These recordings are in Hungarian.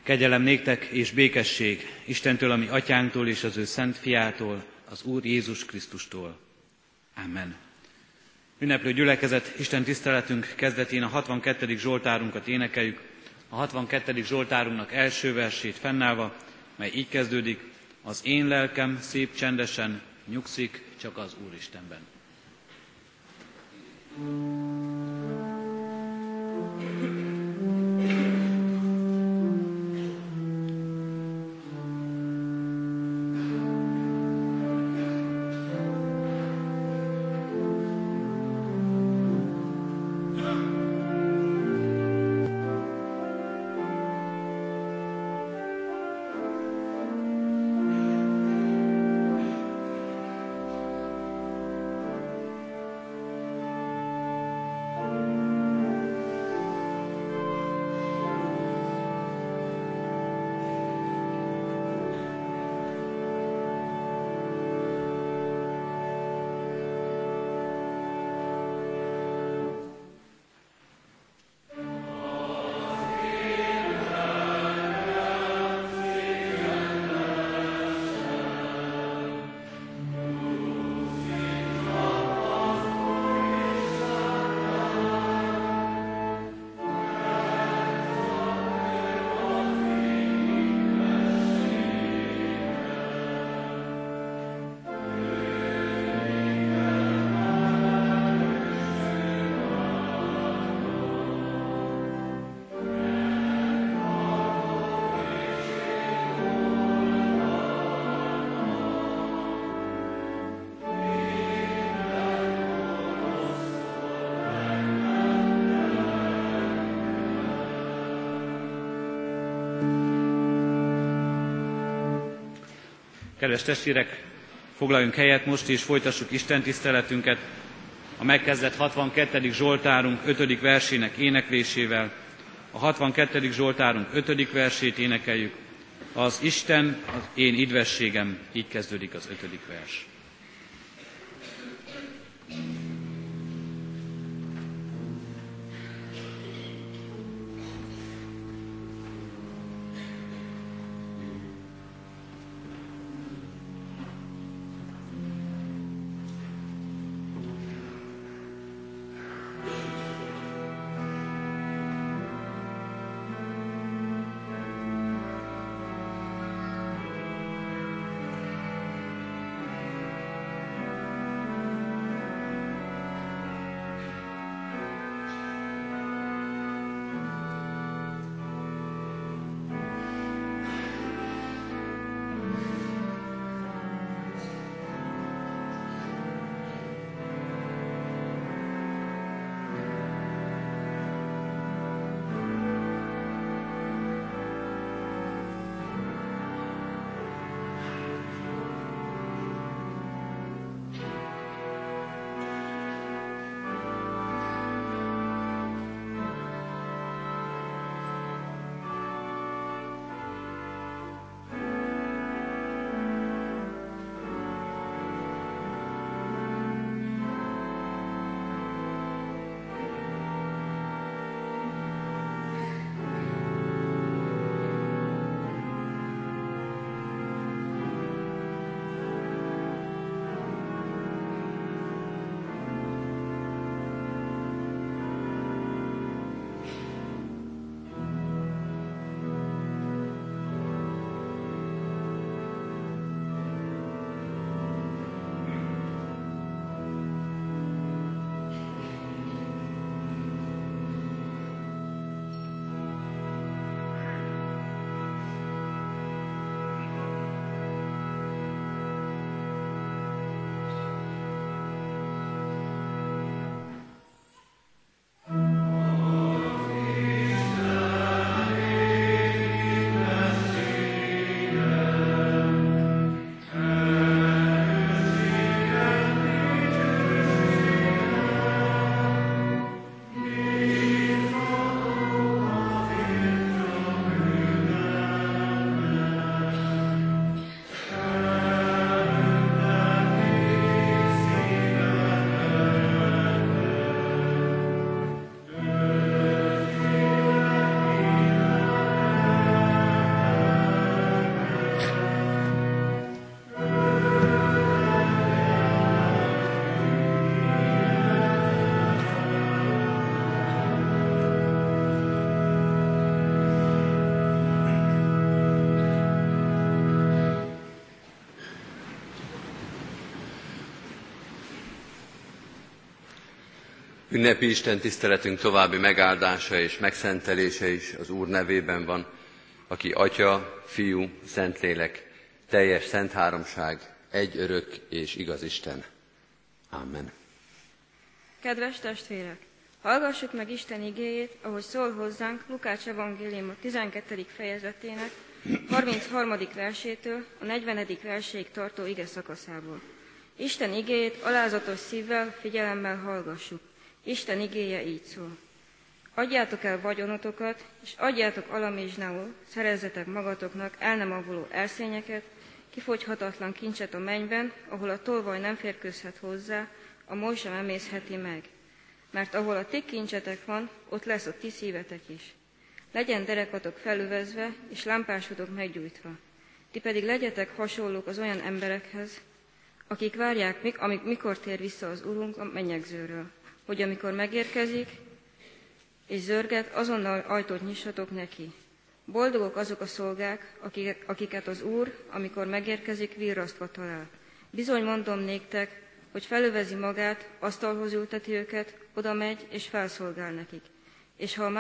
Kegyelem néktek és békesség Istentől, a mi atyánktól és az ő szent fiától, az Úr Jézus Krisztustól. Amen. Ünneplő gyülekezet, Isten tiszteletünk kezdetén a 62. Zsoltárunkat énekeljük, a 62. Zsoltárunknak első versét fennállva, mely így kezdődik: az én lelkem szép csendesen nyugszik csak az Úristenben. Kedves testvérek, foglaljunk helyet most, és folytassuk Isten tiszteletünket a megkezdett 62. Zsoltárunk 5. versének éneklésével. A 62. Zsoltárunk 5. versét énekeljük. Az Isten az én idvességem, így kezdődik az 5. vers. Ünnepi Isten tiszteletünk további megáldása és megszentelése is az Úr nevében van, aki Atya, Fiú, Szentlélek, teljes szent háromság, egy örök és igaz Isten. Amen. Kedves testvérek! Hallgassuk meg Isten igéjét, ahogy szól hozzánk Lukács evangéliuma 12. fejezetének 33. versétől a 40. verséig tartó ige szakaszából. Isten igéjét alázatos szívvel, figyelemmel hallgassuk. Isten igéje így szól. Adjátok el vagyonotokat, és adjátok alamizsnául, szerezzetek magatoknak el nem avuló erszényeket, kifogyhatatlan kincset a mennyben, ahol a tolvaj nem férkőzhet hozzá, a moly sem emészheti meg. Mert ahol a ti kincsetek van, ott lesz a ti szívetek is. Legyen derekatok felüvezve, és lámpásotok meggyújtva. Ti pedig legyetek hasonlók az olyan emberekhez, akik várják, amíg mikor tér vissza az Urunk a mennyegzőről, hogy amikor megérkezik és zörget, azonnal ajtót nyissatok neki. Boldogok azok a szolgák, akiket az Úr, amikor megérkezik, virrasztva talál. Bizony mondom néktek, hogy felövezi magát, asztalhoz ülteti őket, oda megy és felszolgál nekik. És ha a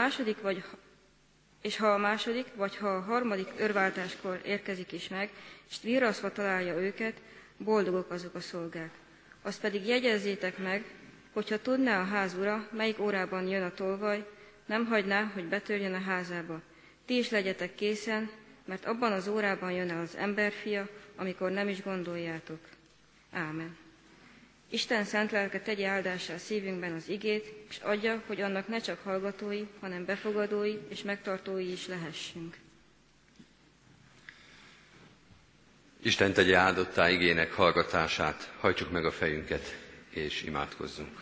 második, vagy ha a harmadik örváltáskor érkezik is meg, és virrasztva találja őket, boldogok azok a szolgák. Azt pedig jegyezzétek meg, hogyha tudná a ház ura, melyik órában jön a tolvaj, nem hagyná, hogy betörjön a házába. Ti is legyetek készen, mert abban az órában jön el az emberfia, amikor nem is gondoljátok. Ámen. Isten szent lelke tegye áldássá szívünkben az igét, és adja, hogy annak ne csak hallgatói, hanem befogadói és megtartói is lehessünk. Isten tegye áldottá igének hallgatását, hajtsuk meg a fejünket, és imádkozzunk.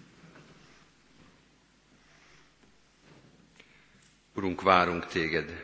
Urunk, várunk téged,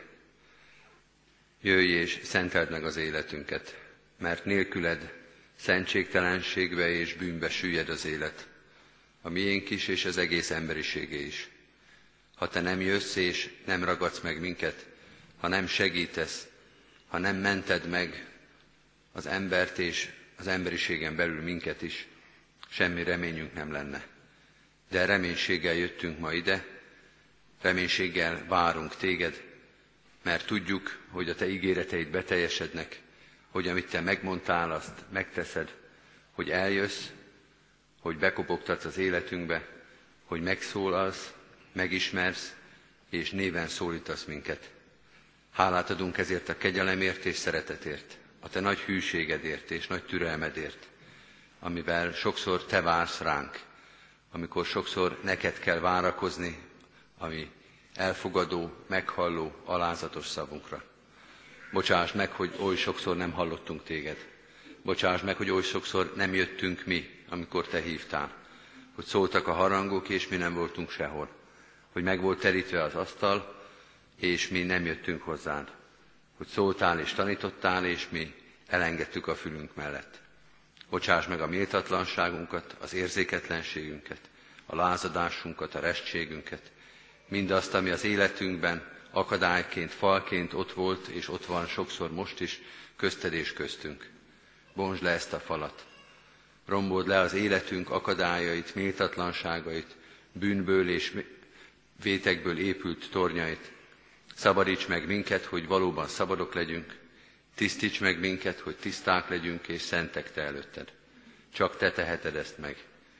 jöjj és szenteld meg az életünket, mert nélküled szentségtelenségbe és bűnbe süllyed az élet, a miénk is és az egész emberiségé is. Ha te nem jössz és nem ragadsz meg minket, ha nem segítesz, ha nem mented meg az embert és az emberiségen belül minket is, semmi reményünk nem lenne. De reménységgel jöttünk ma ide, reménységgel várunk téged, mert tudjuk, hogy a te ígéreteid beteljesednek, hogy amit te megmondtál, azt megteszed, hogy eljössz, hogy bekopogtatsz az életünkbe, hogy megszólalsz, megismersz, és néven szólítasz minket. Hálát adunk ezért a kegyelemért és szeretetért, a te nagy hűségedért és nagy türelmedért, amivel sokszor te vársz ránk, amikor sokszor neked kell várakozni, ami elfogadó, meghalló, alázatos szavunkra. Bocsáss meg, hogy oly sokszor nem hallottunk téged. Bocsáss meg, hogy oly sokszor nem jöttünk mi, amikor te hívtál. Hogy szóltak a harangok, és mi nem voltunk sehol. Hogy meg volt terítve az asztal, és mi nem jöttünk hozzád. Hogy szóltál és tanítottál, és mi elengedtük a fülünk mellett. Bocsáss meg a méltatlanságunkat, az érzéketlenségünket, a lázadásunkat, a restségünket, mindazt, ami az életünkben akadályként, falként ott volt, és ott van sokszor most is, közted és köztünk. Bontsd le ezt a falat. Rombold le az életünk akadályait, méltatlanságait, bűnből és vétekből épült tornyait. Szabadíts meg minket, hogy valóban szabadok legyünk. Tisztíts meg minket, hogy tiszták legyünk és szentek te előtted. Csak te teheted ezt meg.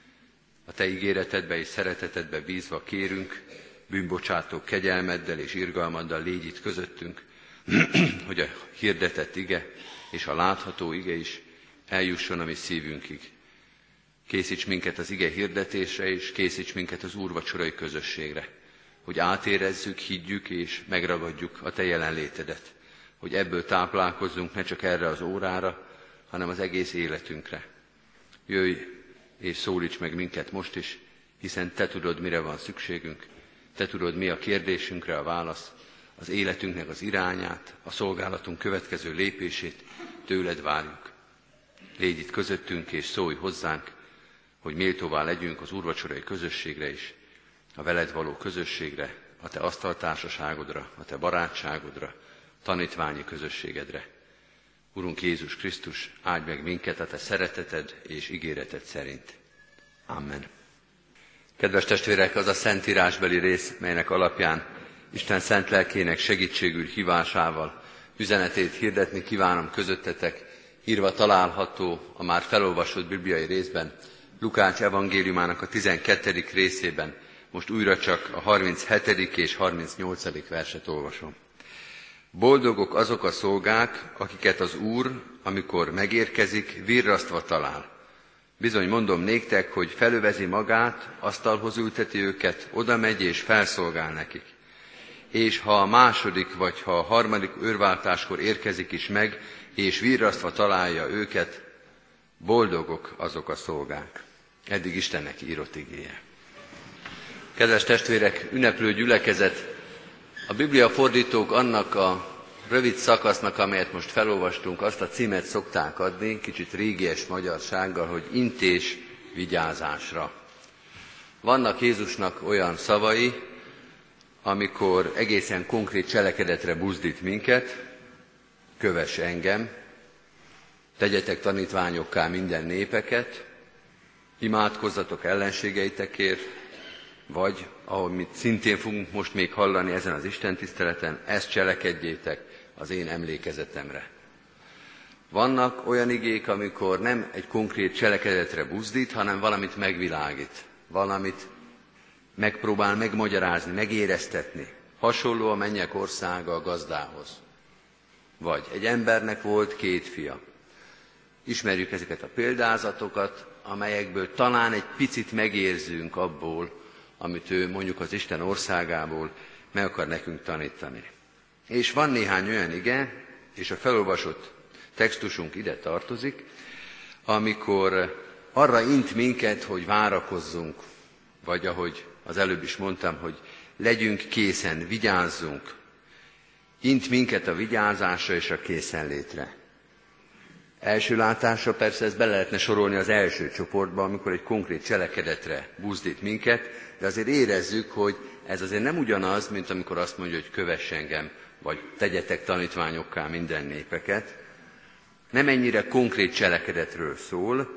A te ígéretedbe és szeretetedbe bízva kérünk, bűnbocsátó kegyelmeddel és irgalmaddal légy itt közöttünk, hogy a hirdetett ige és a látható ige is eljusson a mi szívünkig. Készíts minket az ige hirdetésre, és készíts minket az úrvacsorai közösségre, hogy átérezzük, higgyük és megragadjuk a te jelenlétedet, hogy ebből táplálkozzunk ne csak erre az órára, hanem az egész életünkre. Jöjj és szólíts meg minket most is, hiszen te tudod, mire van szükségünk, te tudod, mi a kérdésünkre a válasz, az életünknek az irányát, a szolgálatunk következő lépését tőled várjuk. Légy itt közöttünk és szólj hozzánk, hogy méltóvá legyünk az úrvacsorai közösségre is, a veled való közösségre, a te asztaltársaságodra, a te barátságodra, tanítványi közösségedre. Urunk Jézus Krisztus, áldj meg minket a te szereteted és ígéreted szerint. Amen. Kedves testvérek, az a szentírásbeli rész, melynek alapján Isten szent lelkének segítségül hívásával üzenetét hirdetni kívánom közöttetek, írva található a már felolvasott bibliai részben, Lukács evangéliumának a 12. részében, most újra csak a 37. és 38. verset olvasom. Boldogok azok a szolgák, akiket az Úr, amikor megérkezik, virrasztva talál. Bizony mondom néktek, hogy felövezi magát, asztalhoz ülteti őket, oda megy és felszolgál nekik. És ha a második vagy ha a harmadik őrváltáskor érkezik is meg, és virrasztva találja őket, boldogok azok a szolgák. Eddig Istennek írott igéje. Kedves testvérek, ünneplő gyülekezet, a Biblia fordítók annak a rövid szakasznak, amelyet most felolvastunk, azt a címet szokták adni, kicsit régies magyarsággal, hogy intés vigyázásra. Vannak Jézusnak olyan szavai, amikor egészen konkrét cselekedetre buzdít minket, kövess engem, tegyetek tanítványokká minden népeket, imádkozzatok ellenségeitekért, vagy, ahogy mi szintén fogunk most még hallani ezen az istentiszteleten, ezt cselekedjétek az én emlékezetemre. Vannak olyan igék, amikor nem egy konkrét cselekedetre buzdít, hanem valamit megvilágít, valamit megpróbál megmagyarázni, megéreztetni. Hasonló a mennyek országa a gazdához. Vagy egy embernek volt 2 fia. Ismerjük ezeket a példázatokat, amelyekből talán egy picit megérzünk abból, amit ő mondjuk az Isten országából meg akar nekünk tanítani. És van néhány olyan ige, és a felolvasott textusunk ide tartozik, amikor arra int minket, hogy várakozzunk, vagy ahogy az előbb is mondtam, hogy legyünk készen, vigyázzunk. Int minket a vigyázásra és a készenlétre. Első látásra persze ezt bele lehetne sorolni az első csoportba, amikor egy konkrét cselekedetre buzdít minket, de azért érezzük, hogy ez azért nem ugyanaz, mint amikor azt mondja, hogy kövess engem, vagy tegyetek tanítványokká minden népeket. Nem ennyire konkrét cselekedetről szól,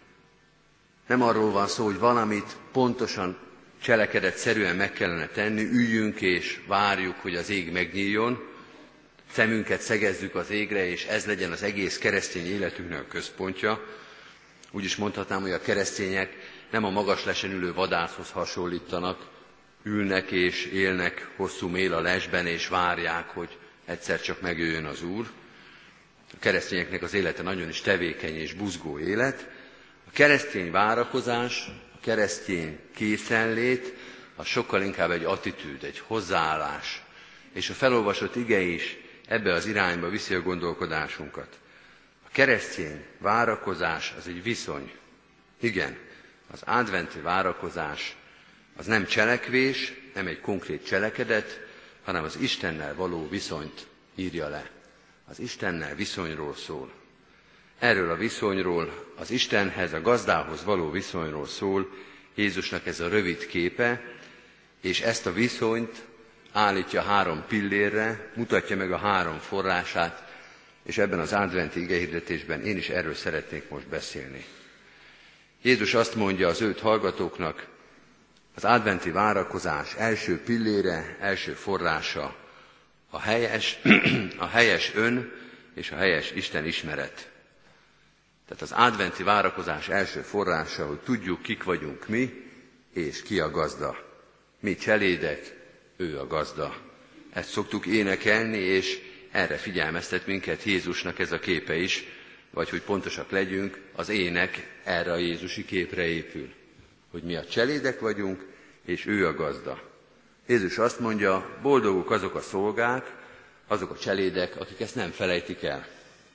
nem arról van szó, hogy valamit pontosan cselekedetszerűen meg kellene tenni, üljünk és várjuk, hogy az ég megnyíljon, szemünket szegezzük az égre, és ez legyen az egész keresztény életünknek a központja. Úgy is mondhatnám, hogy a keresztények nem a magas lesen ülő vadászhoz hasonlítanak, ülnek és élnek hosszú mél a lesben, és várják, hogy egyszer csak megjöjjön az Úr. A keresztényeknek az élete nagyon is tevékeny és buzgó élet. A keresztény várakozás, a keresztény készenlét, az sokkal inkább egy attitűd, egy hozzáállás. És a felolvasott ige is ebbe az irányba viszi a gondolkodásunkat. A keresztény várakozás az egy viszony. Igen, az adventi várakozás az nem cselekvés, nem egy konkrét cselekedet, hanem az Istennel való viszonyt írja le. Az Istennel viszonyról szól. Erről a viszonyról, az Istenhez, a gazdához való viszonyról szól Jézusnak ez a rövid képe, és ezt a viszonyt állítja 3 pillérre, mutatja meg a 3 forrását, és ebben az adventi igehirdetésben én is erről szeretnék most beszélni. Jézus azt mondja az őt hallgatóknak, az adventi várakozás első pillére, első forrása a helyes ön és a helyes Isten ismeret. Tehát az adventi várakozás első forrása, hogy tudjuk, kik vagyunk mi, és ki a gazda. Mi cselédek, ő a gazda. Ezt szoktuk énekelni, és erre figyelmeztet minket Jézusnak ez a képe is, vagy hogy pontosak legyünk, az ének erre a jézusi képre épül. Hogy mi a cselédek vagyunk, és ő a gazda. Jézus azt mondja, boldogok azok a szolgák, azok a cselédek, akik ezt nem felejtik el.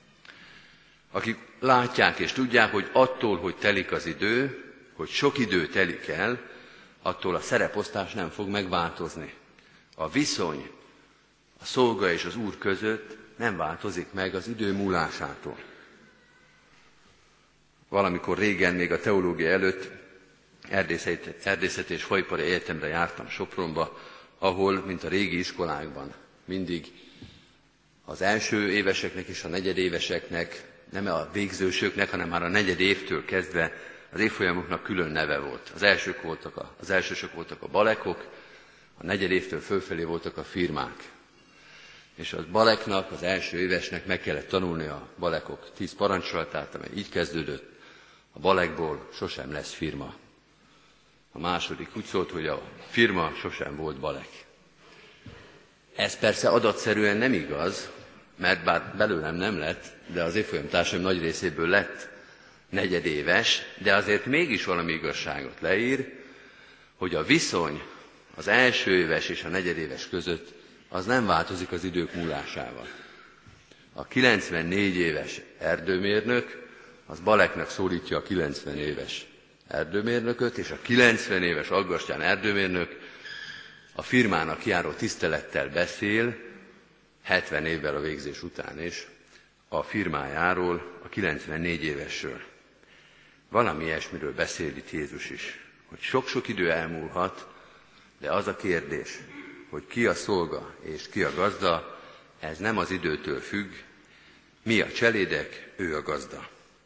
Akik látják és tudják, hogy attól, hogy telik az idő, hogy sok idő telik el, attól a szereposztás nem fog megváltozni. A viszony a szolga és az Úr között nem változik meg az idő múlásától. Valamikor régen, még a teológia előtt Erdészet és Faipari Egyetemre jártam Sopronba, ahol, mint a régi iskolákban, mindig az első éveseknek és a negyedéveseknek, nem a végzősöknek, hanem már a 4. évtől kezdve az évfolyamoknak külön neve volt. Az elsősök voltak a balekok, a negyedévtől fölfelé voltak a firmák. És a baleknak, az első évesnek meg kellett tanulni a balekok 10 parancsolatát, amely így kezdődött: a balekból sosem lesz firma. A második úgy szólt, hogy a firma sosem volt balek. Ez persze adatszerűen nem igaz, mert bár belőlem nem lett, de az évfolyam társaim nagy részéből lett negyedéves, de azért mégis valami igazságot leír, hogy a viszony az első éves és a negyedéves között az nem változik az idők múlásával. A 94 éves erdőmérnök az baleknak szólítja a 90 éves erdőmérnököt, és a 90 éves Aggastyán erdőmérnök a firmának járó tisztelettel beszél, 70 évvel a végzés után is, a firmájáról, a 94 évesről. Valami ilyesmiről beszél itt Jézus is, hogy sok-sok idő elmúlhat, de az a kérdés, hogy ki a szolga és ki a gazda, ez nem az időtől függ, mi a cselédek, ő a gazda.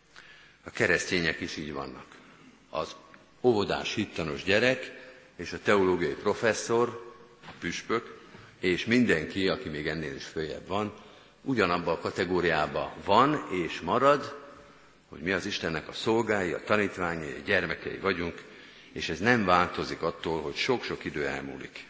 A keresztények is így vannak. Az óvodás hittanos gyerek és a teológiai professzor, a püspök, és mindenki, aki még ennél is följebb van, ugyanabban a kategóriában van és marad, hogy mi az Istennek a szolgái, a tanítványai, a gyermekei vagyunk, és ez nem változik attól, hogy sok-sok idő elmúlik.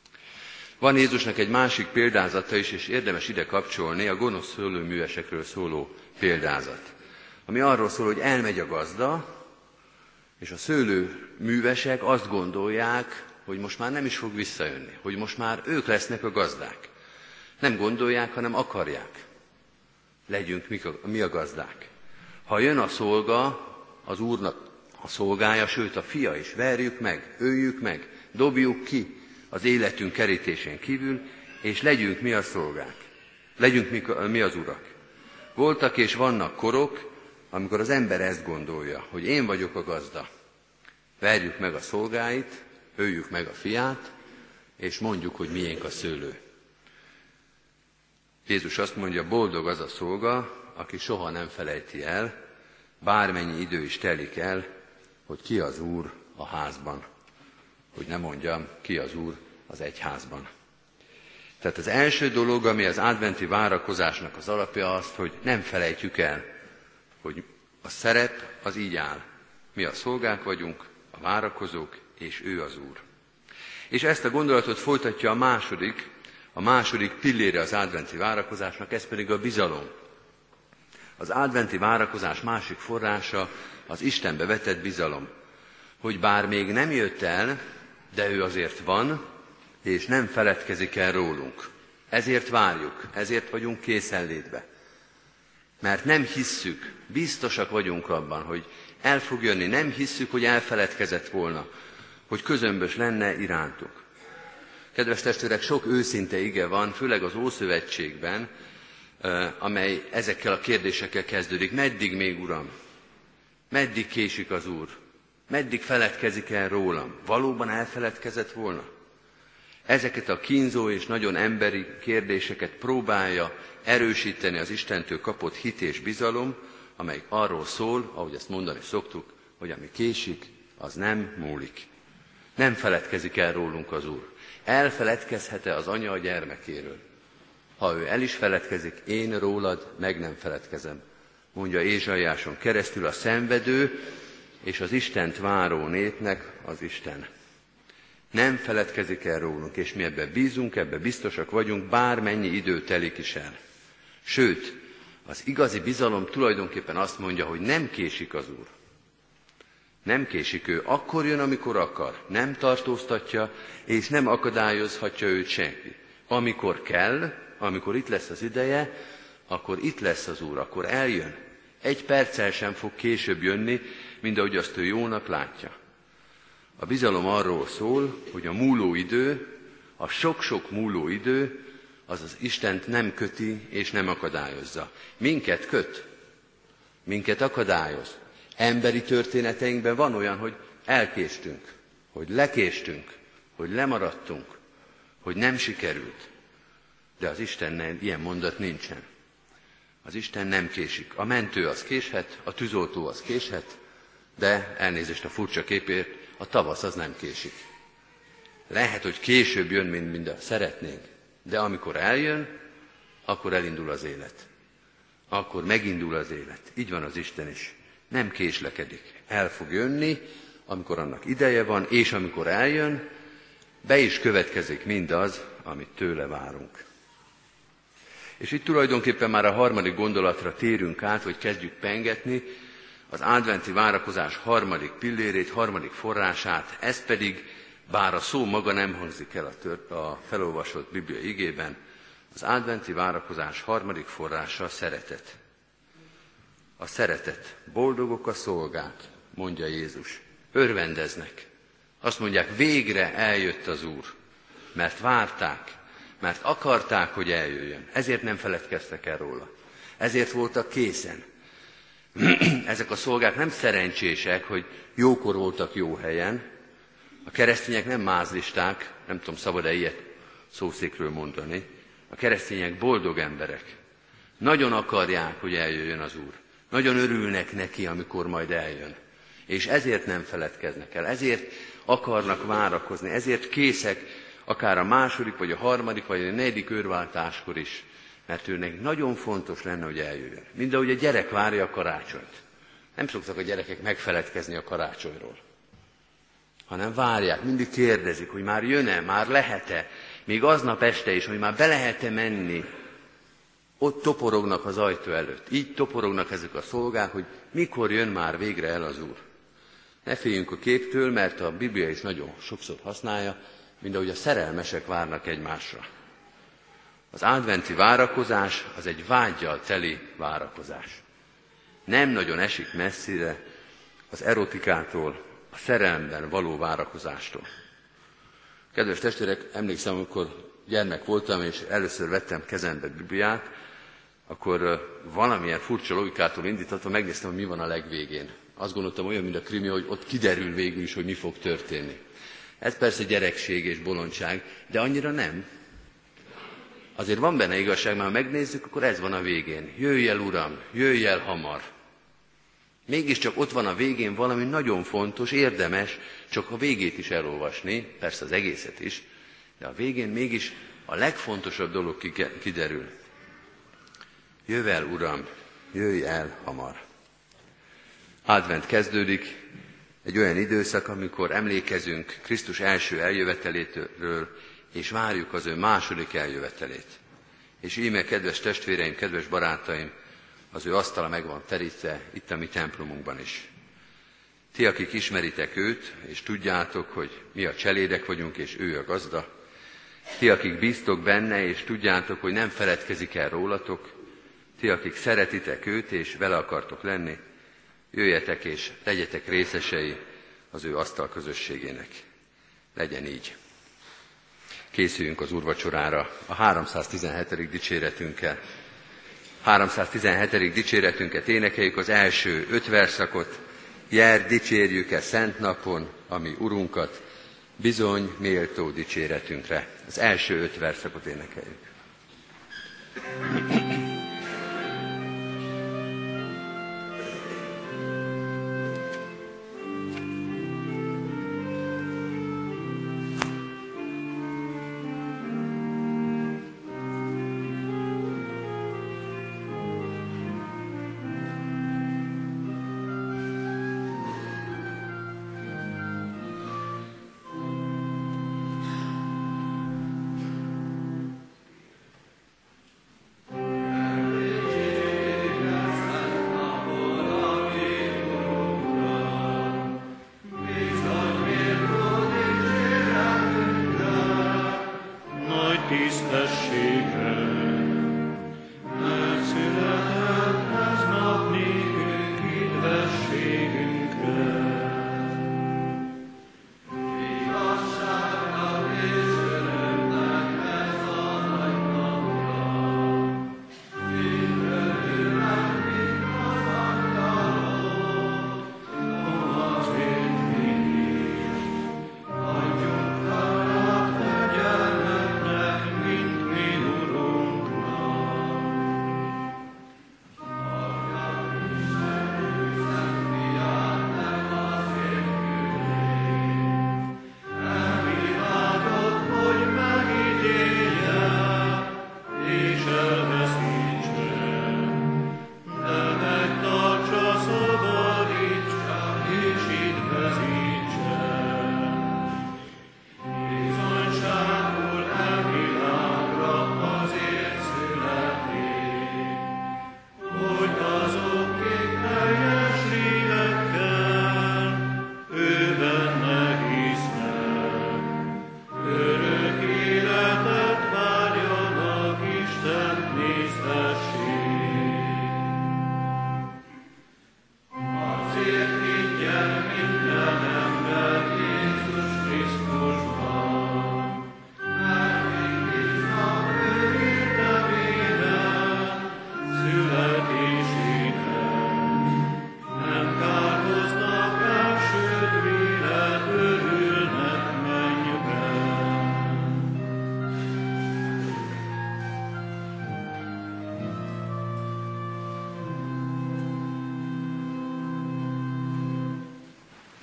Van Jézusnak egy másik példázata is, és érdemes ide kapcsolni, a gonosz szőlőművesekről szóló példázat, ami arról szól, hogy elmegy a gazda, és a szőlőművesek azt gondolják, hogy most már nem is fog visszajönni, hogy most már ők lesznek a gazdák. Nem gondolják, hanem akarják. Legyünk mi a gazdák. Ha jön a szolga, az Úrnak a szolgája, sőt a fia is, verjük meg, öljük meg, dobjuk ki az életünk kerítésén kívül, és legyünk mi a szolgák. Legyünk mi az urak. Voltak és vannak korok, amikor az ember ezt gondolja, hogy én vagyok a gazda. Verjük meg a szolgáit, öljük meg a fiát, és mondjuk, hogy miénk a szőlő. Jézus azt mondja, boldog az a szolga, aki soha nem felejti el, bármennyi idő is telik el, hogy ki az Úr a házban. Hogy ne mondjam, ki az Úr az egyházban. Tehát az első dolog, ami az adventi várakozásnak az alapja az, hogy nem felejtjük el, hogy a szerep az így áll. Mi a szolgák vagyunk, a várakozók, és ő az Úr. És ezt a gondolatot folytatja a második pillére az adventi várakozásnak, ez pedig a bizalom. Az adventi várakozás másik forrása az Istenbe vetett bizalom, hogy bár még nem jött el, de ő azért van, és nem feledkezik el rólunk. Ezért várjuk, ezért vagyunk készenlétbe. Mert nem hisszük, biztosak vagyunk abban, hogy el fog jönni, nem hisszük, hogy elfeledkezett volna, hogy közömbös lenne irántuk. Kedves testvérek, sok őszinte ige van, főleg az Ószövetségben, amely ezekkel a kérdésekkel kezdődik. Meddig még, Uram? Meddig késik az Úr? Meddig feledkezik el rólam? Valóban elfeledkezett volna? Ezeket a kínzó és nagyon emberi kérdéseket próbálja erősíteni az Istentől kapott hit és bizalom, amelyik arról szól, ahogy ezt mondani szoktuk, hogy ami késik, az nem múlik. Nem feledkezik el rólunk az Úr. Elfeledkezhet-e az anya a gyermekéről? Ha ő el is feledkezik, én rólad meg nem feledkezem, mondja Ézsaiáson keresztül a szenvedő és az Istent váró népnek az Isten. Nem feledkezik el rólunk, és mi ebben bízunk, ebben biztosak vagyunk, bármennyi idő telik is el. Sőt, az igazi bizalom tulajdonképpen azt mondja, hogy nem késik az Úr. Nem késik ő, akkor jön, amikor akar, nem tartóztatja, és nem akadályozhatja őt senki. Amikor kell, amikor itt lesz az ideje, akkor itt lesz az Úr, akkor eljön. Egy perccel sem fog később jönni, mint ahogy azt ő jónak látja. A bizalom arról szól, hogy a múló idő, a sok-sok múló idő, az az Istent nem köti és nem akadályozza. Minket köt, minket akadályoz. Emberi történeteinkben van olyan, hogy elkéstünk, hogy lekéstünk, hogy lemaradtunk, hogy nem sikerült. De az Istennél ilyen mondat nincsen. Az Isten nem késik. A mentő az késhet, a tűzoltó az késhet, De elnézést a furcsa képért, a tavasz az nem késik. Lehet, hogy később jön, mint szeretnénk, de amikor eljön, akkor elindul az élet. Akkor megindul az élet. Így van az Isten is. Nem késlekedik. El fog jönni, amikor annak ideje van, és amikor eljön, be is következik mindaz, amit tőle várunk. És itt tulajdonképpen már a harmadik gondolatra térünk át, hogy kezdjük pengetni, az adventi várakozás harmadik pillérét, harmadik forrását, ez pedig, bár a szó maga nem hangzik el a felolvasott Biblia igében, az adventi várakozás harmadik forrása a szeretet. A szeretet. Boldogok a szolgák, mondja Jézus. Örvendeznek. Azt mondják, végre eljött az Úr, mert várták, mert akarták, hogy eljöjjön. Ezért nem feledkeztek el róla. Ezért voltak készen. Ezek a szolgák nem szerencsések, hogy jókor voltak jó helyen. A keresztények nem mázlisták, nem tudom, szabad-e ilyet szószékről mondani. A keresztények boldog emberek. Nagyon akarják, hogy eljöjjön az Úr. Nagyon örülnek neki, amikor majd eljön. És ezért nem feledkeznek el, ezért akarnak várakozni, ezért készek akár a második, vagy a harmadik, vagy a negyedik őrváltáskor is, mert őnek nagyon fontos lenne, hogy eljöjjön. Mind ahogy a gyerek várja a karácsonyt. Nem szoktak a gyerekek megfeledkezni a karácsonyról, hanem várják, mindig kérdezik, hogy már jön-e, már lehet-e, még aznap este is, hogy már be lehet-e menni. Ott toporognak az ajtó előtt. Így toporognak ezek a szolgák, hogy mikor jön már végre el az Úr. Ne féljünk a képtől, mert a Biblia is nagyon sokszor használja, mint ahogy a szerelmesek várnak egymásra. Az adventi várakozás az egy vággyal teli várakozás. Nem nagyon esik messzire az erotikától, a szerelemben való várakozástól. Kedves testvérek, emlékszem, amikor gyermek voltam, és először vettem kezembe Bibliát, akkor valamilyen furcsa logikától indíthatva megnéztem, hogy mi van a legvégén. Azt gondoltam, olyan, mint a krimi, hogy ott kiderül végül is, hogy mi fog történni. Ez persze gyerekség és bolondság, de annyira nem. Azért van benne igazság, mert ha megnézzük, akkor ez van a végén. Jöjj el, Uram, jöjj el hamar. Mégiscsak ott van a végén valami nagyon fontos, érdemes csak a végét is elolvasni, persze az egészet is, de a végén mégis a legfontosabb dolog kiderül. Jöjj el, Uram, jöjj el hamar. Advent kezdődik, egy olyan időszak, amikor emlékezünk Krisztus első eljöveteléről, és várjuk az ő második eljövetelét. És íme, kedves testvéreim, kedves barátaim, az ő asztala meg van terítve itt a mi templomunkban is. Ti, akik ismeritek őt, és tudjátok, hogy mi a cselédek vagyunk, és ő a gazda. Ti, akik bíztok benne, és tudjátok, hogy nem feledkezik el rólatok. Ti, akik szeretitek őt, és vele akartok lenni, jöjjetek és legyetek részesei az ő asztal közösségének. Legyen így. Készüljünk az úrvacsorára a 317. dicséretünkkel. 317. dicséretünket énekeljük, az első 5 verszakot. Jár, dicsérjük-e szent napon, ami Urunkat, bizony méltó dicséretünkre. Az első 5 verszakot énekeljük. versét.